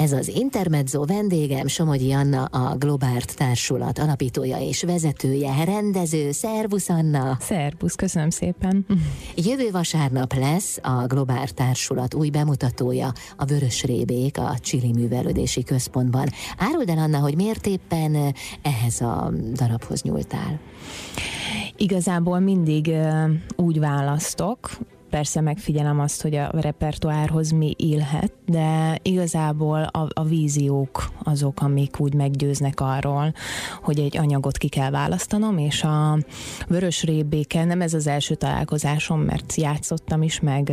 Ez az Intermezzo, vendégem Somogyi Anna, a Globárt Társulat alapítója és vezetője, rendező. Szervusz, Anna! Szervusz, köszönöm szépen! Jövő vasárnap lesz a Globárt Társulat új bemutatója, a Vörösrébék, a Chili Művelődési Központban. Áruld el, Anna, hogy miért éppen ehhez a darabhoz nyúltál? Igazából mindig úgy választok, persze megfigyelem azt, hogy a repertoárhoz mi illhet, de igazából a víziók azok, amik úgy meggyőznek arról, hogy egy anyagot ki kell választanom, és a Vörösrébéken nem ez az első találkozásom, mert játszottam is, meg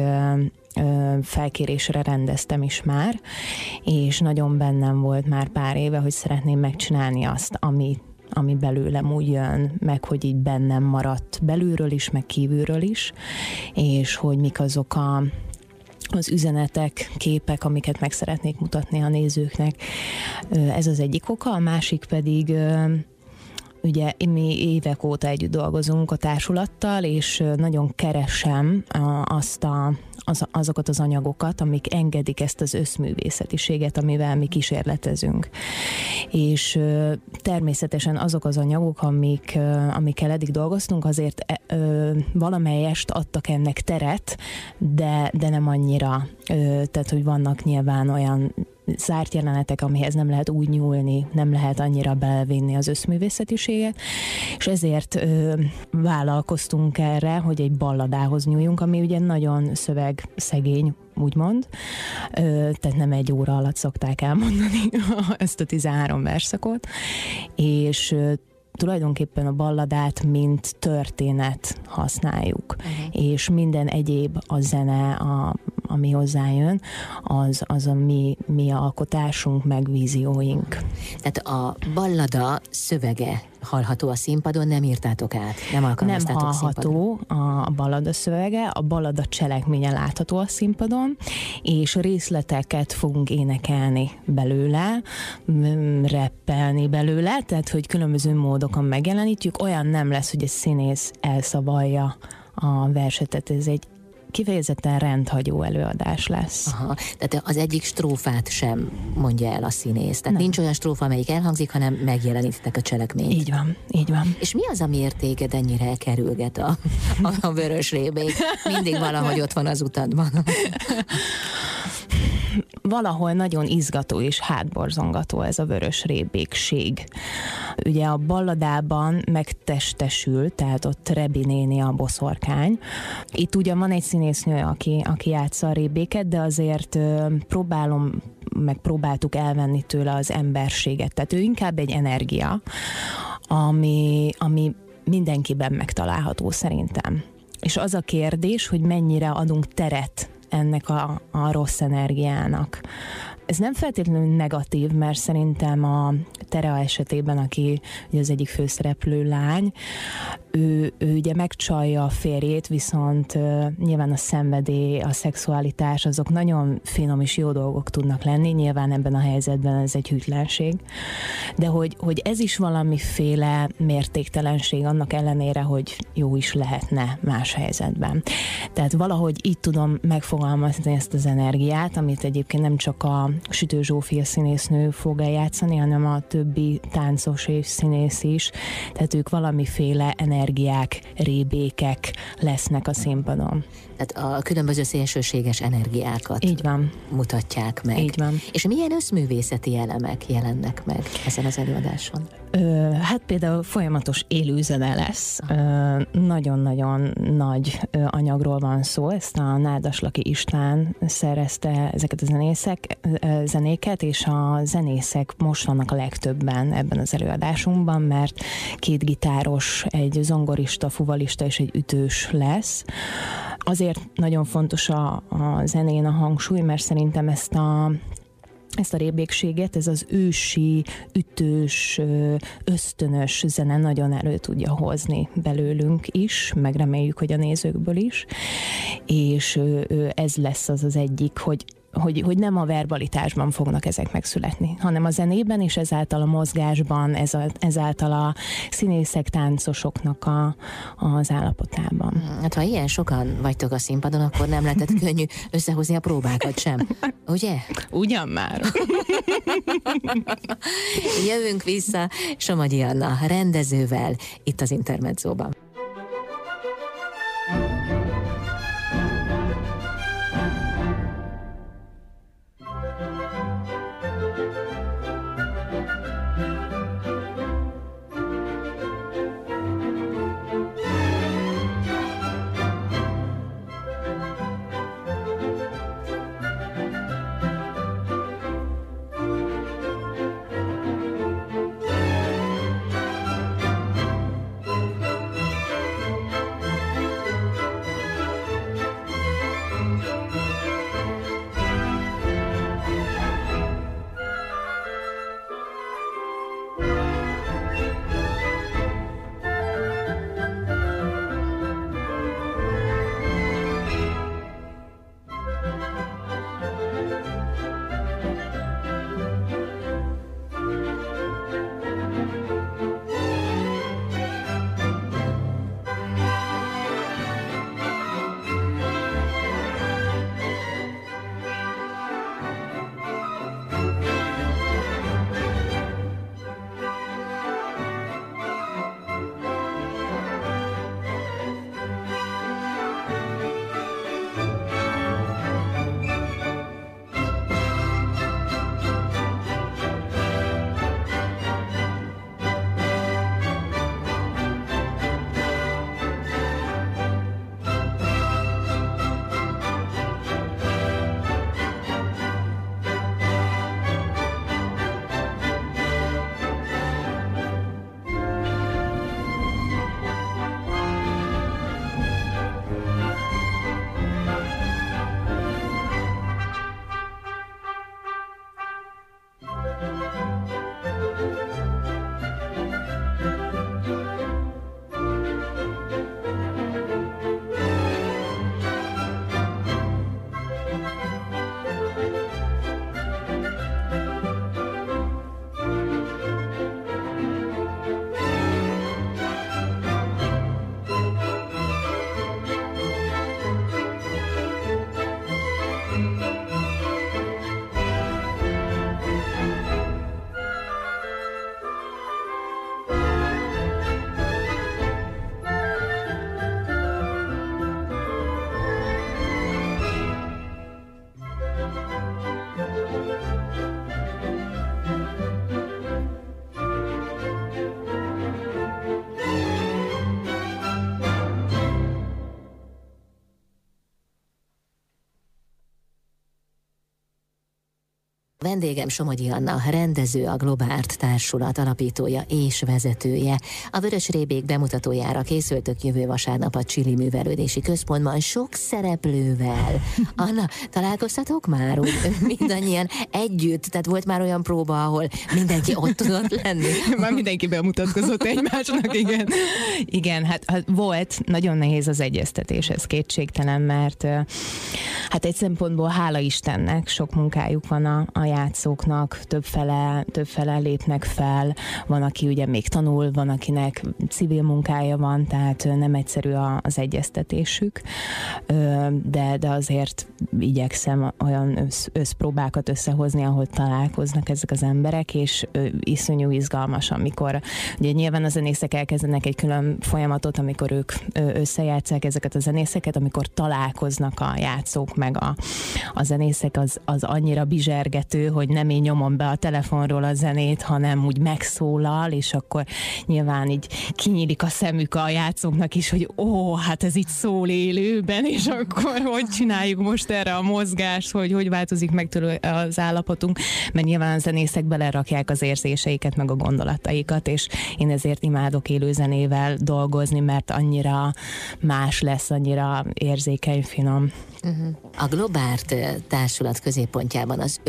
felkérésre rendeztem is már, és nagyon bennem volt már pár éve, hogy szeretném megcsinálni azt, ami belőlem úgy jön, meg hogy így bennem maradt belülről is, meg kívülről is, és hogy mik azok az üzenetek, képek, amiket meg szeretnék mutatni a nézőknek. Ez az egyik oka, a másik pedig ugye mi évek óta együtt dolgozunk a társulattal, és nagyon keresem azokat az anyagokat, amik engedik ezt az összművészetiséget, amivel mi kísérletezünk. És természetesen azok az anyagok, amikkel eddig dolgoztunk, azért valamelyest adtak ennek teret, de nem annyira. Tehát, hogy vannak nyilván olyan zárt jelenetek, amihez nem lehet úgy nyúlni, nem lehet annyira belevinni az összművészetiséget, és ezért vállalkoztunk erre, hogy egy balladához nyúljunk, ami ugye nagyon szövegszegény, úgymond, tehát nem egy óra alatt szokták elmondani ezt a 13 versszakot, és tulajdonképpen a balladát, mint történet használjuk, és minden egyéb a zene, ami hozzájön, az a mi alkotásunk, meg vízióink. Tehát a ballada szövege hallható a színpadon, nem írtátok át, nem alkalmaztátok nem hallható a ballada szövege, a ballada cselekménye látható a színpadon, és részleteket fogunk énekelni belőle, rappelni belőle, tehát hogy különböző módokon megjelenítjük, olyan nem lesz, hogy egy színész elszavalja a versetet, ez egy kifejezetten rendhagyó előadás lesz. Aha, tehát az egyik strófát sem mondja el a színész. Tehát nincs olyan strófa, amelyik elhangzik, hanem megjelenítitek a cselekményt. Így van, így van. És mi az, amiért téged ennyire kerülget a Vörösrébék? Mindig valahogy ott van az utadban. Valahol nagyon izgató és hátborzongató ez a Vörösrébékség. Ugye a balladában megtestesül, tehát ott Rebi néni a boszorkány. Itt ugyan van egy színésznő, aki játsza a rébéket, de azért próbáltuk elvenni tőle az emberséget. Tehát ő inkább egy energia, ami mindenkiben megtalálható szerintem. És az a kérdés, hogy mennyire adunk teret ennek a rossz energiának. Ez nem feltétlenül negatív, mert szerintem a Terea esetében, aki ugye az egyik főszereplő lány, ő ugye megcsalja a férjét, viszont nyilván a szenvedély, a szexualitás, azok nagyon finom és jó dolgok tudnak lenni, nyilván ebben a helyzetben ez egy hűtlenség, de hogy ez is valamiféle mértéktelenség annak ellenére, hogy jó is lehetne más helyzetben. Tehát valahogy így tudom megfogalmazni ezt az energiát, amit egyébként nem csak a Sütő Zsófia színésznő fog eljátszani, hanem a többi táncos és színész is. Tehát ők valamiféle energiák, rébékek lesznek a színpadon. Tehát a különböző szélsőséges energiákat így van. Mutatják meg. Így van. És milyen összművészeti elemek jelennek meg ezen az előadáson? Hát például folyamatos élőzene lesz. Nagyon-nagyon nagy anyagról van szó. Ezt a Nádaslaki István szerezte ezeket a zenéket, és a zenészek most vannak a legtöbben ebben az előadásunkban, mert 2 gitáros, egy zongorista, fuvalista és egy ütős lesz. Azért nagyon fontos a zenén a hangsúly, mert szerintem ezt a rébékséget, ez az ősi, ütős, ösztönös zene nagyon elő tudja hozni belőlünk is, meg reméljük, hogy a nézőkből is, és ez lesz az egyik, hogy hogy nem a verbalitásban fognak ezek megszületni, hanem a zenében és ezáltal a mozgásban, ezáltal a színészek, táncosoknak az állapotában. Hát ha ilyen sokan vagytok a színpadon, akkor nem lehetett könnyű összehozni a próbákat sem, ugye? Ugyan már. Jövünk vissza Somogyi Anna rendezővel itt az Intermedzóban. Vendégem Somogyi Anna, rendező, a Globárt Társulat alapítója és vezetője. A Vörösrébék bemutatójára készültök jövő vasárnap a Csili Művelődési Központban sok szereplővel. Anna, találkoztatok már úgy mindannyian együtt? Tehát volt már olyan próba, ahol mindenki ott tudott lenni? Már mindenki bemutatkozott egymásnak, igen. Igen, hát volt, nagyon nehéz az egyeztetés, ez kétségtelen, mert hát egy szempontból hála Istennek sok munkájuk van a játszóknak, többfele lépnek fel, van, aki ugye még tanul, van, akinek civil munkája van, tehát nem egyszerű az egyeztetésük, de azért igyekszem olyan összpróbákat összehozni, ahol találkoznak ezek az emberek, és iszonyú izgalmas, amikor ugye nyilván a zenészek elkezdenek egy külön folyamatot, amikor ők összejátszák ezeket a zenészeket, amikor találkoznak a játszók meg a zenészek, az annyira bizsergető, hogy nem én nyomom be a telefonról a zenét, hanem úgy megszólal, és akkor nyilván így kinyílik a szemük a játszóknak is, hogy hát ez itt szól élőben, és akkor hogy csináljuk most erre a mozgást, hogy változik meg tőle az állapotunk, mert nyilván a zenészek belerakják az érzéseiket, meg a gondolataikat, és én ezért imádok élőzenével dolgozni, mert annyira más lesz, annyira érzékeny, finom. A Globárt Társulat középpontjában az összművész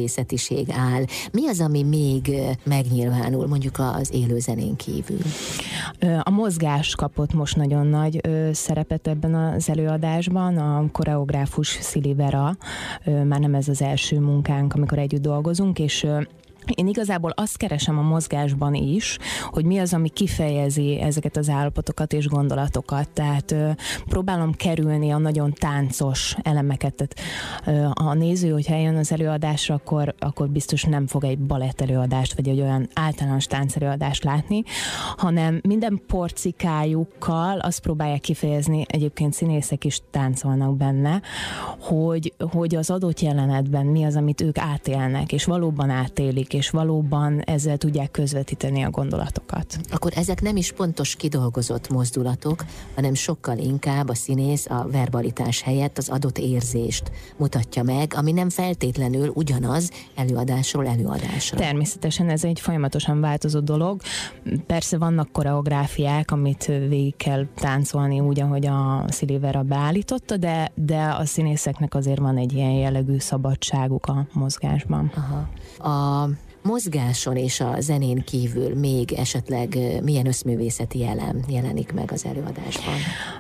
összművészetiség áll. Mi az, ami még megnyilvánul, mondjuk az élőzenén kívül? A mozgás kapott most nagyon nagy szerepet ebben az előadásban. A koreográfus Szili Vera, már nem ez az első munkánk, amikor együtt dolgozunk, és én igazából azt keresem a mozgásban is, hogy mi az, ami kifejezi ezeket az állapotokat és gondolatokat. Tehát próbálom kerülni a nagyon táncos elemeket. Tehát a néző, hogyha eljön az előadásra, akkor biztos nem fog egy balett előadást, vagy egy olyan általános táncelőadást látni, hanem minden porcikájukkal azt próbálják kifejezni, egyébként színészek is táncolnak benne, hogy az adott jelenetben mi az, amit ők átélnek, és valóban átélik, és valóban ezzel tudják közvetíteni a gondolatokat. Akkor ezek nem is pontos kidolgozott mozdulatok, hanem sokkal inkább a színész a verbalitás helyett az adott érzést mutatja meg, ami nem feltétlenül ugyanaz előadásról előadásra. Természetesen ez egy folyamatosan változó dolog. Persze vannak koreográfiák, amit végig kell táncolni úgy, ahogy a Szili Vera beállította, de a színészeknek azért van egy ilyen jellegű szabadságuk a mozgásban. Aha. A mozgáson és a zenén kívül még esetleg milyen összművészeti elem jelenik meg az előadásban?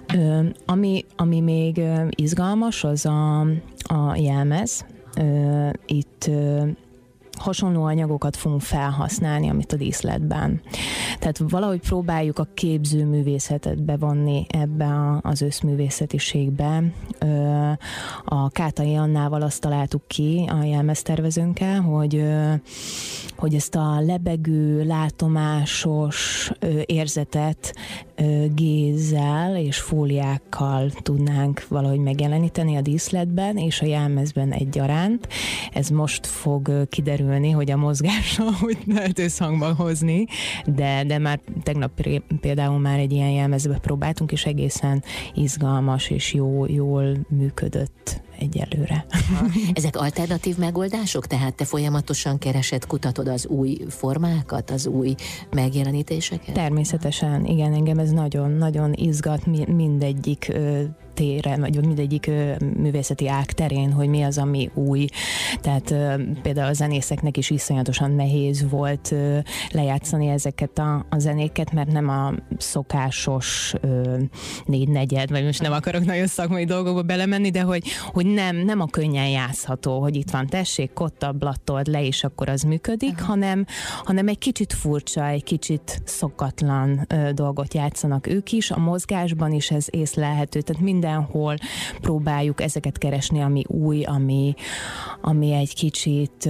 Ami még izgalmas, az a jelmez. Itt hasonló anyagokat fogunk felhasználni, amit a díszletben. Tehát valahogy próbáljuk a képzőművészetet bevonni ebbe az összművészetiségbe. A Kátai Annával azt találtuk ki a jelmeztervezőnkkel, hogy ezt a lebegő, látomásos érzetet gézzel és fóliákkal tudnánk valahogy megjeleníteni a díszletben és a jelmezben egyaránt. Ez most fog kiderülni, hogy a mozgással hogy lehet összhangba hozni, de már tegnap például már egy ilyen jelmezbe próbáltunk, és egészen izgalmas és jól működött egyelőre. Ezek alternatív megoldások? Tehát te folyamatosan keresed, kutatod az új formákat, az új megjelenítéseket? Természetesen, igen, engem ez nagyon-nagyon izgat mindegyik téren, vagy mindegyik művészeti ág terén, hogy mi az, ami új. Tehát például a zenészeknek is iszonyatosan nehéz volt lejátszani ezeket a zenéket, mert nem a szokásos négynegyed, vagy most nem akarok nagyon szakmai dolgokba belemenni, de hogy nem a könnyen játszható, hogy itt van, tessék, kotta, blattold le, és akkor az működik, hanem egy kicsit furcsa, egy kicsit szokatlan dolgot játszanak ők is, a mozgásban is ez észlelhető, tehát mindenhol próbáljuk ezeket keresni, ami új, ami egy kicsit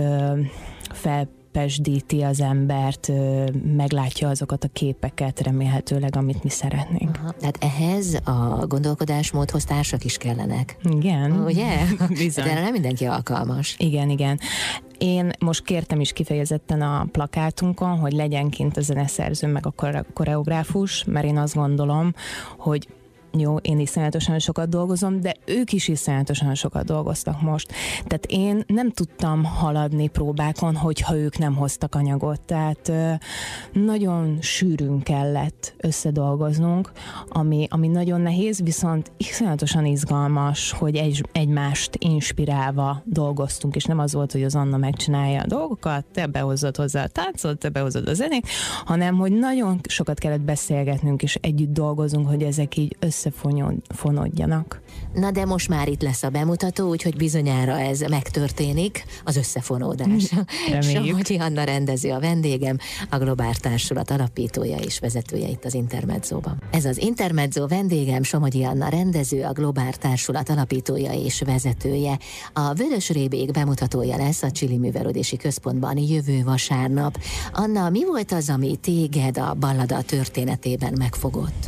felpesdíti az embert, meglátja azokat a képeket remélhetőleg, amit mi szeretnénk. Aha, tehát ehhez a gondolkodásmódhoz társak is kellenek. Igen. Ugye? Bizony. De nem mindenki alkalmas. Igen. Én most kértem is kifejezetten a plakátunkon, hogy legyen kint a zeneszerző meg a koreográfus, mert én azt gondolom, hogy jó, én iszonyatosan sokat dolgozom, de ők is iszonyatosan sokat dolgoztak most. Tehát én nem tudtam haladni próbákon, hogyha ők nem hoztak anyagot. Tehát nagyon sűrűn kellett összedolgoznunk, ami nagyon nehéz, viszont iszonyatosan izgalmas, hogy egymást inspirálva dolgoztunk, és nem az volt, hogy az Anna megcsinálja a dolgokat, te behozzad hozzá a táncot, te behozzad a zenét, hanem hogy nagyon sokat kellett beszélgetnünk, és együtt dolgozunk, hogy ezek így összefonódjanak. Na de most már itt lesz a bemutató, úgyhogy bizonyára ez megtörténik, az összefonódás. Somogyi Anna rendező a vendégem, a Globár Társulat alapítója és vezetője itt az Intermedzóban. Ez az Intermedzó, vendégem Somogyi Anna rendező, a Globár Társulat alapítója és vezetője. A Vörösrébék bemutatója lesz a Csili Művelődési Központban jövő vasárnap. Anna, mi volt az, ami téged a ballada történetében megfogott?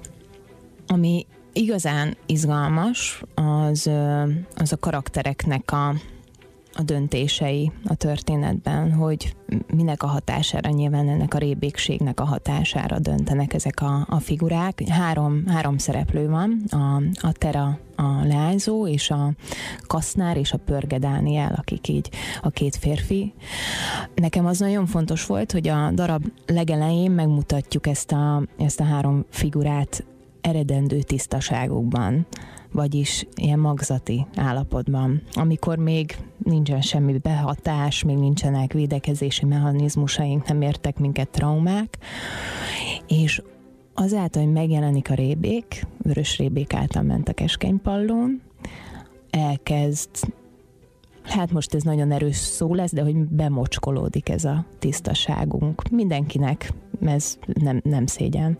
Ami igazán izgalmas, az a karaktereknek a döntései a történetben, hogy minek a hatására, nyilván ennek a rébékségnek a hatására döntenek ezek a figurák. Három szereplő van, a Tera, a leányzó, és a Kasznár, és a Pörge Dániel, akik így a két férfi. Nekem az nagyon fontos volt, hogy a darab legelején megmutatjuk ezt a három figurát eredendő tisztaságukban, vagyis ilyen magzati állapotban, amikor még nincsen semmi behatás, még nincsenek védekezési mechanizmusaink, nem értek minket traumák, és azáltal, hogy megjelenik a rébék, vörös rébék által ment a keskenypallón, elkezd, hát most ez nagyon erős szó lesz, de hogy bemocskolódik ez a tisztaságunk. Mindenkinek ez nem szégyen.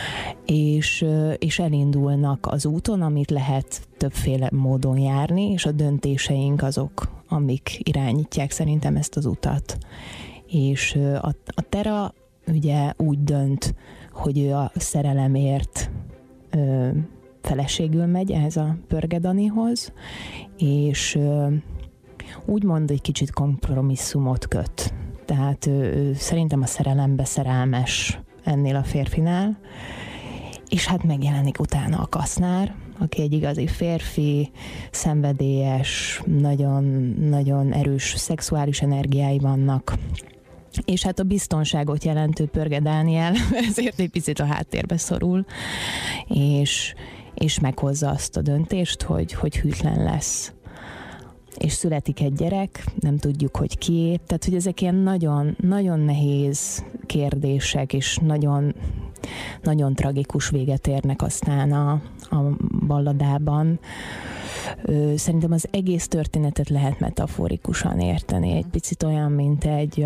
És elindulnak az úton, amit lehet többféle módon járni, és a döntéseink azok, amik irányítják szerintem ezt az utat. És a Tera ugye úgy dönt, hogy ő a szerelemért feleségül megy ehhez a Pörge Danihoz, és úgymond egy kicsit kompromisszumot köt. Tehát ő szerintem a szerelembe szerelmes ennél a férfinál, és hát megjelenik utána a Kasznár, aki egy igazi férfi, szenvedélyes, nagyon erős szexuális energiái vannak, és hát a biztonságot jelentő Pörge Dániel ezért egy picit a háttérbe szorul, és meghozza azt a döntést, hogy hűtlen lesz. És születik egy gyerek, nem tudjuk, hogy kié. Tehát, hogy ezek ilyen nagyon, nagyon nehéz kérdések, és nagyon, nagyon tragikus véget érnek aztán a balladában. Szerintem az egész történetet lehet metaforikusan érteni. Egy picit olyan, mint egy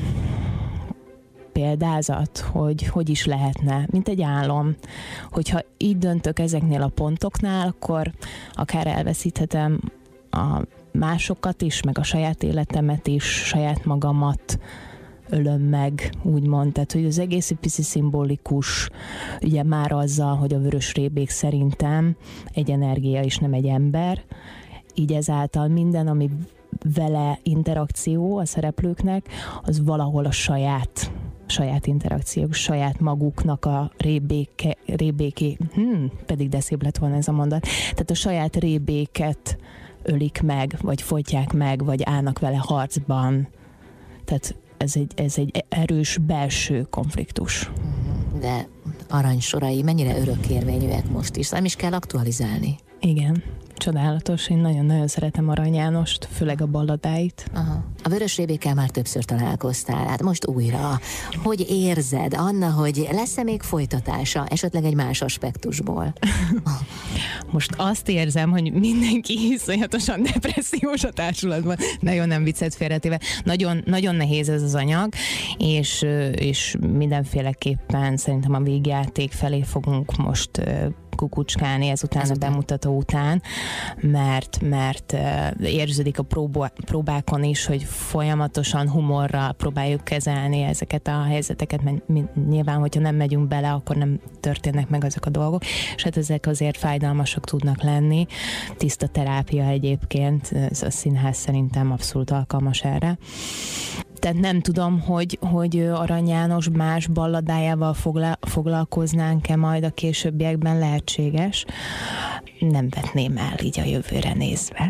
példázat, hogy is lehetne, mint egy álom. Hogyha így döntök ezeknél a pontoknál, akkor akár elveszíthetem a másokat is, meg a saját életemet is, saját magamat ölöm meg, úgymond. Tehát, hogy az egész egy pici szimbolikus, ugye már azzal, hogy a vörös rébék szerintem egy energia és nem egy ember. Így ezáltal minden, ami vele interakció a szereplőknek, az valahol a saját interakciók, saját maguknak a rébéké, pedig de szép lett volna ez a mondat, tehát a saját rébéket ölik meg, vagy folytják meg, vagy állnak vele harcban. Tehát ez egy erős belső konfliktus. De aranysorai mennyire örökérvényűek most is, nem is kell aktualizálni. Igen, csodálatos. Én nagyon-nagyon szeretem Arany Jánost, főleg a balladáit. Aha. A vörös rébékkel már többször találkoztál, hát most újra. Hogy érzed, Anna, hogy lesz-e még folytatása, esetleg egy más aspektusból? Most azt érzem, hogy mindenki iszonyatosan depressziós a társulatban. Nagyon nem viccet félretéve. Nagyon, nagyon nehéz ez az anyag, és mindenféleképpen szerintem a végjáték felé fogunk most kukucskálni ezután a bemutató után, mert érződik a próbákon is, hogy folyamatosan humorral próbáljuk kezelni ezeket a helyzeteket, mert nyilván, hogyha nem megyünk bele, akkor nem történnek meg azok a dolgok, és hát ezek azért fájdalmasak tudnak lenni. Tiszta terápia egyébként, ez a színház szerintem abszolút alkalmas erre. Tehát nem tudom, hogy Arany János más balladájával foglalkoznánk-e majd a későbbiekben, lehetséges. Nem vetném el így a jövőre nézve.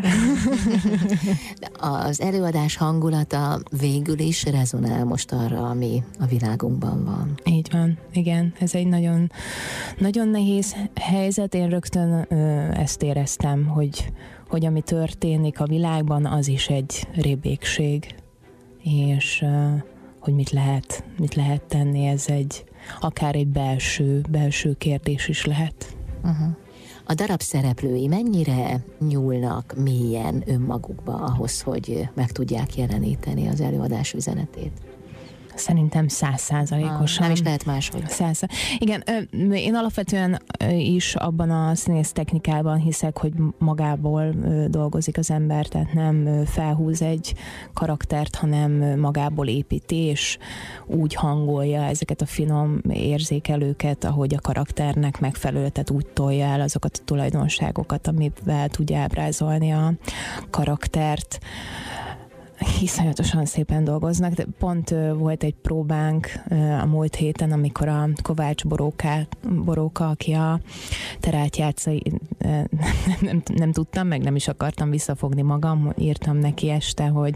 Az előadás hangulata végül is rezonál most arra, ami a világunkban van. Így van, igen. Ez egy nagyon, nagyon nehéz helyzet. Én rögtön ezt éreztem, hogy ami történik a világban, az is egy rébékség. És hogy mit lehet tenni, ez akár egy belső kérdés is lehet. Uh-huh. A darab szereplői mennyire nyúlnak mélyen önmagukba ahhoz, hogy meg tudják jeleníteni az előadás üzenetét? Szerintem 100%-osan. Nem is lehet máshogy. 100%. Igen, én alapvetően is abban a színész technikában hiszek, hogy magából dolgozik az ember, tehát nem felhúz egy karaktert, hanem magából építi, és úgy hangolja ezeket a finom érzékelőket, ahogy a karakternek megfelelő, tehát úgy tolja el azokat a tulajdonságokat, amivel tudja ábrázolni a karaktert. Iszonyatosan szépen dolgoznak, de pont volt egy próbánk a múlt héten, amikor a Kovács Boróka, aki a Terát játsza, nem tudtam, meg nem is akartam visszafogni magam, írtam neki este, hogy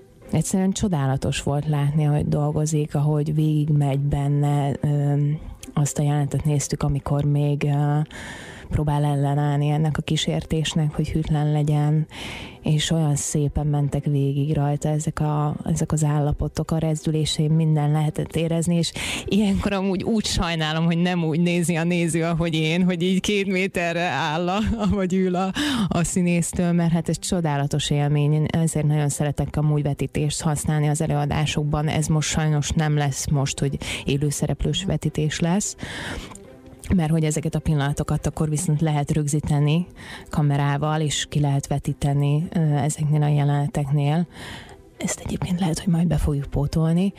egyszerűen csodálatos volt látni, ahogy dolgozik, ahogy végigmegy benne, azt a jelenetet néztük, amikor még próbál ellenállni ennek a kísértésnek, hogy hűtlen legyen, és olyan szépen mentek végig rajta ezek az állapotok, a rezdülésén minden lehetett érezni, és ilyenkor amúgy úgy sajnálom, hogy nem úgy nézi a néző, ahogy én, hogy így 2 méterre áll, vagy ül a színésztől, mert hát ez csodálatos élmény. Én ezért nagyon szeretek amúgy vetítést használni az előadásokban. Ez most sajnos nem lesz most, hogy élőszereplős vetítés lesz, mert hogy ezeket a pillanatokat akkor viszont lehet rögzíteni kamerával, és ki lehet vetíteni ezeknél a jeleneteknél. Ezt egyébként lehet, hogy majd be fogjuk pótolni,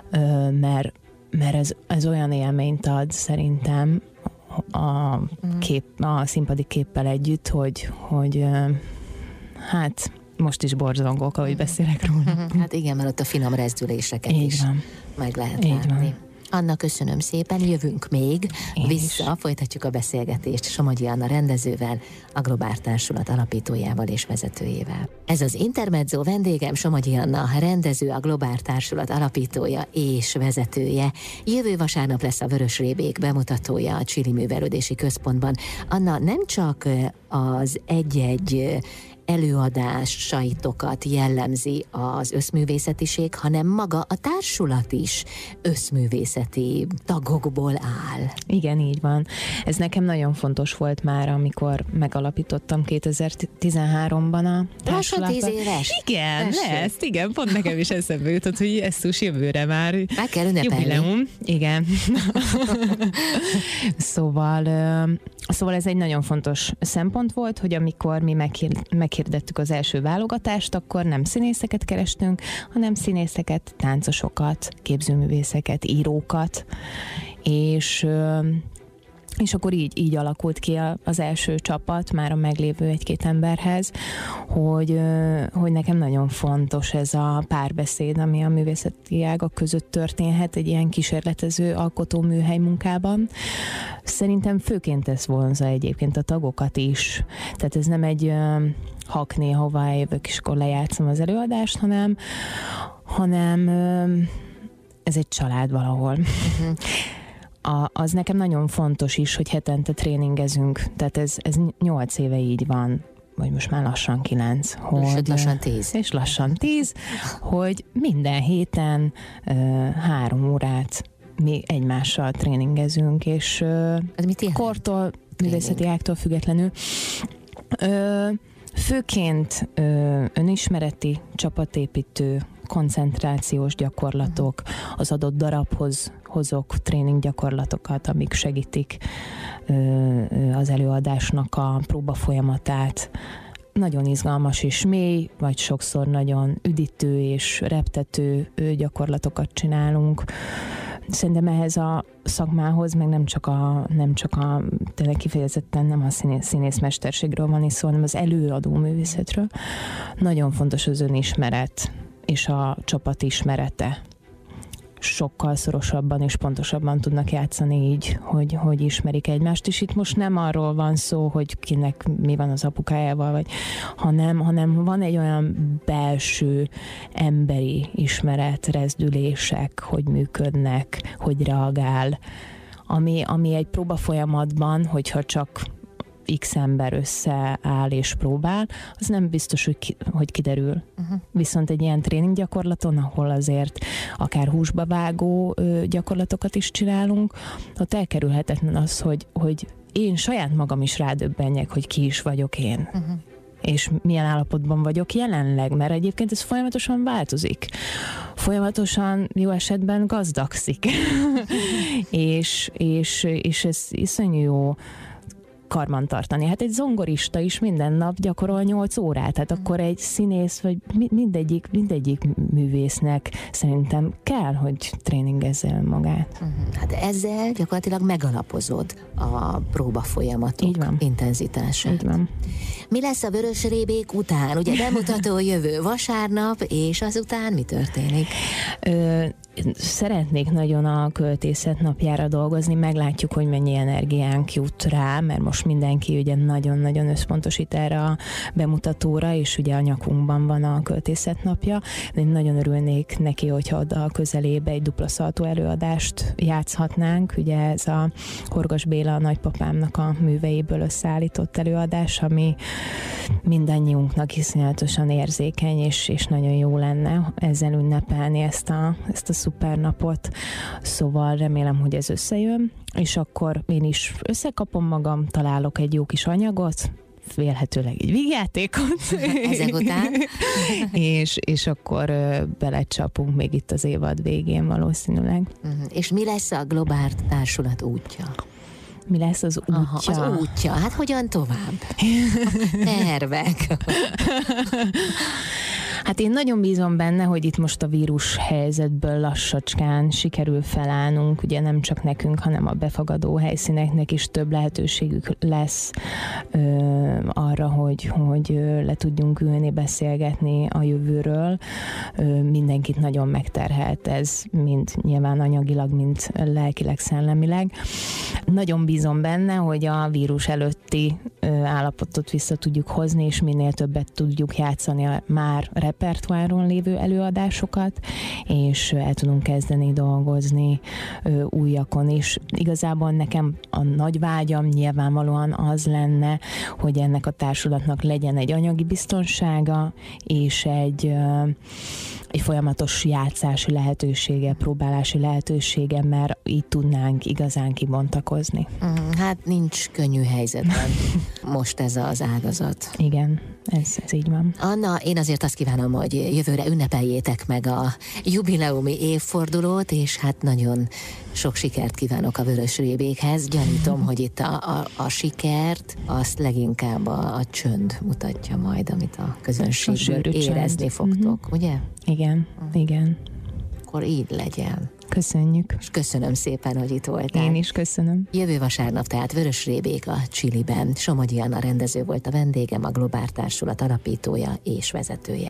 mert ez olyan élményt ad szerintem a színpadi képpel együtt, hogy hát most is borzongok, ahogy beszélek róla. Hát igen, mert ott a finom rezdüléseket is meg lehet látni. Anna, köszönöm szépen, jövünk még vissza, folytatjuk a beszélgetést Somogyi Anna rendezővel, a Globár Társulat alapítójával és vezetőjével. Ez az Intermezzo, vendégem Somogyi Anna, rendező, a Globár Társulat alapítója és vezetője. Jövő vasárnap lesz a Vörösrébék bemutatója a Csili Művelődési Központban. Anna, nem csak az egy-egy előadásaitokat jellemzi az összművészetiség, hanem maga a társulat is összművészeti tagokból áll. Igen, így van. Ez nekem nagyon fontos volt már, amikor megalapítottam 2013-ban a társulatot. Lassan 10 éves? Igen, lesz, igen, pont nekem is eszembe jutott, hogy ezt jövőre már meg kell ünnepelni. Jubileum. Igen. Szóval ez egy nagyon fontos szempont volt, hogy amikor mi meghirdettük az első válogatást, akkor nem színészeket kerestünk, hanem színészeket, táncosokat, képzőművészeket, írókat, és akkor így alakult ki az első csapat, már a meglévő 1-2 emberhez, hogy nekem nagyon fontos ez a párbeszéd, ami a művészeti ágak között történhet egy ilyen kísérletező alkotó műhely munkában. Szerintem főként ez vonza egyébként a tagokat is. Tehát ez nem egy hakné, hová jövök, és akkor lejátszom az előadást, hanem ez egy család valahol. Uh-huh. Az nekem nagyon fontos is, hogy hetente tréningezünk, tehát ez 8 éve így van, vagy most már lassan 9. És lassan 10. És lassan 10, hogy minden héten 3 órát mi egymással tréningezünk, és ez mit jelent? Kortól, művészeti ágtól függetlenül. Főként önismereti, csapatépítő, koncentrációs gyakorlatok, az adott darabhoz hozok tréning gyakorlatokat, amik segítik az előadásnak a próba folyamatát. Nagyon izgalmas és mély, vagy sokszor nagyon üdítő és reptető gyakorlatokat csinálunk. Szerintem ehhez a szakmához, meg nem csak a tényleg kifejezetten nem a színészmesterségről van is szó, hanem az előadó művészetről. Nagyon fontos az önismeret és a csapat ismerete. Sokkal szorosabban és pontosabban tudnak játszani így, hogy ismerik egymást, és itt most nem arról van szó, hogy kinek mi van az apukájával, hanem van egy olyan belső emberi ismeret, rezdülések, hogy működnek, hogy reagál, ami egy próba folyamatban, hogyha csak X ember összeáll és próbál, az nem biztos, hogy kiderül. Uh-huh. Viszont egy ilyen tréninggyakorlaton, ahol azért akár húsba vágó gyakorlatokat is csinálunk, ott elkerülhetetlen az, hogy én saját magam is rádöbbenjek, hogy ki is vagyok én. Uh-huh. És milyen állapotban vagyok jelenleg, mert egyébként ez folyamatosan változik. Folyamatosan jó esetben gazdagszik. és ez iszonyú jó karbantartani. Hát egy zongorista is minden nap gyakorol 8 órát, hát akkor egy színész, vagy mindegyik művésznek szerintem kell, hogy tréningezze magát. Hát ezzel gyakorlatilag megalapozod a próba folyamatok intenzitását. Így van. Mi lesz a Vörösrébék után? Ugye bemutató jövő vasárnap, és azután mi történik? szeretnék nagyon a költészet napjára dolgozni, meglátjuk, hogy mennyi energiánk jut rá, mert most mindenki ugye nagyon-nagyon összpontosít erre a bemutatóra, és ugye a nyakunkban van a költészet napja, de én nagyon örülnék neki, hogyha oda a közelébe egy dupla szaltó előadást játszhatnánk, ugye ez a Horgas Béla, a nagypapámnak a műveiből összeállított előadás, ami mindannyiunknak iszonyatosan érzékeny, és nagyon jó lenne ezzel ünnepelni ezt a szuper napot, szóval remélem, hogy ez összejön, és akkor én is összekapom magam, találok egy jó kis anyagot, vélhetőleg egy vígjátékot. Ezek után. és akkor belecsapunk még itt az évad végén valószínűleg. És mi lesz a Globár Társulat útja? Mi lesz az útja? Aha, az útja. Hát hogyan tovább? Tervek. Hát én nagyon bízom benne, hogy itt most a vírus helyzetből lassacskán sikerül felállnunk, ugye nem csak nekünk, hanem a befogadó helyszíneknek is több lehetőségük lesz arra, hogy le tudjunk ülni, beszélgetni a jövőről. Mindenkit nagyon megterhelt ez, mind nyilván anyagilag, mind lelkileg, szellemileg. Nagyon bízom benne, hogy a vírus előtti állapotot vissza tudjuk hozni, és minél többet tudjuk játszani a már repertoáron lévő előadásokat, és el tudunk kezdeni dolgozni újakon is. Igazából nekem a nagy vágyam nyilvánvalóan az lenne, hogy ennek a társulatnak legyen egy anyagi biztonsága, és egy folyamatos játszási lehetősége, próbálási lehetősége, mert így tudnánk igazán kibontakozni. Hát nincs könnyű helyzetben most ez az ágazat. Igen, ez így van. Anna, én azért azt kívánom, hogy jövőre ünnepeljétek meg a jubileumi évfordulót, és hát nagyon sok sikert kívánok a Vörösrébékhez. Gyanítom, hogy itt a sikert, azt leginkább a csönd mutatja majd, amit a közönségből érezni fogtok, ugye? Igen, igen. Akkor így legyen. Köszönjük. És köszönöm szépen, hogy itt voltál. Én is köszönöm. Jövő vasárnap tehát Vörösrébék a Chiliben. Somogyi Anna rendező volt a vendégem, a Globár Társulat alapítója és vezetője.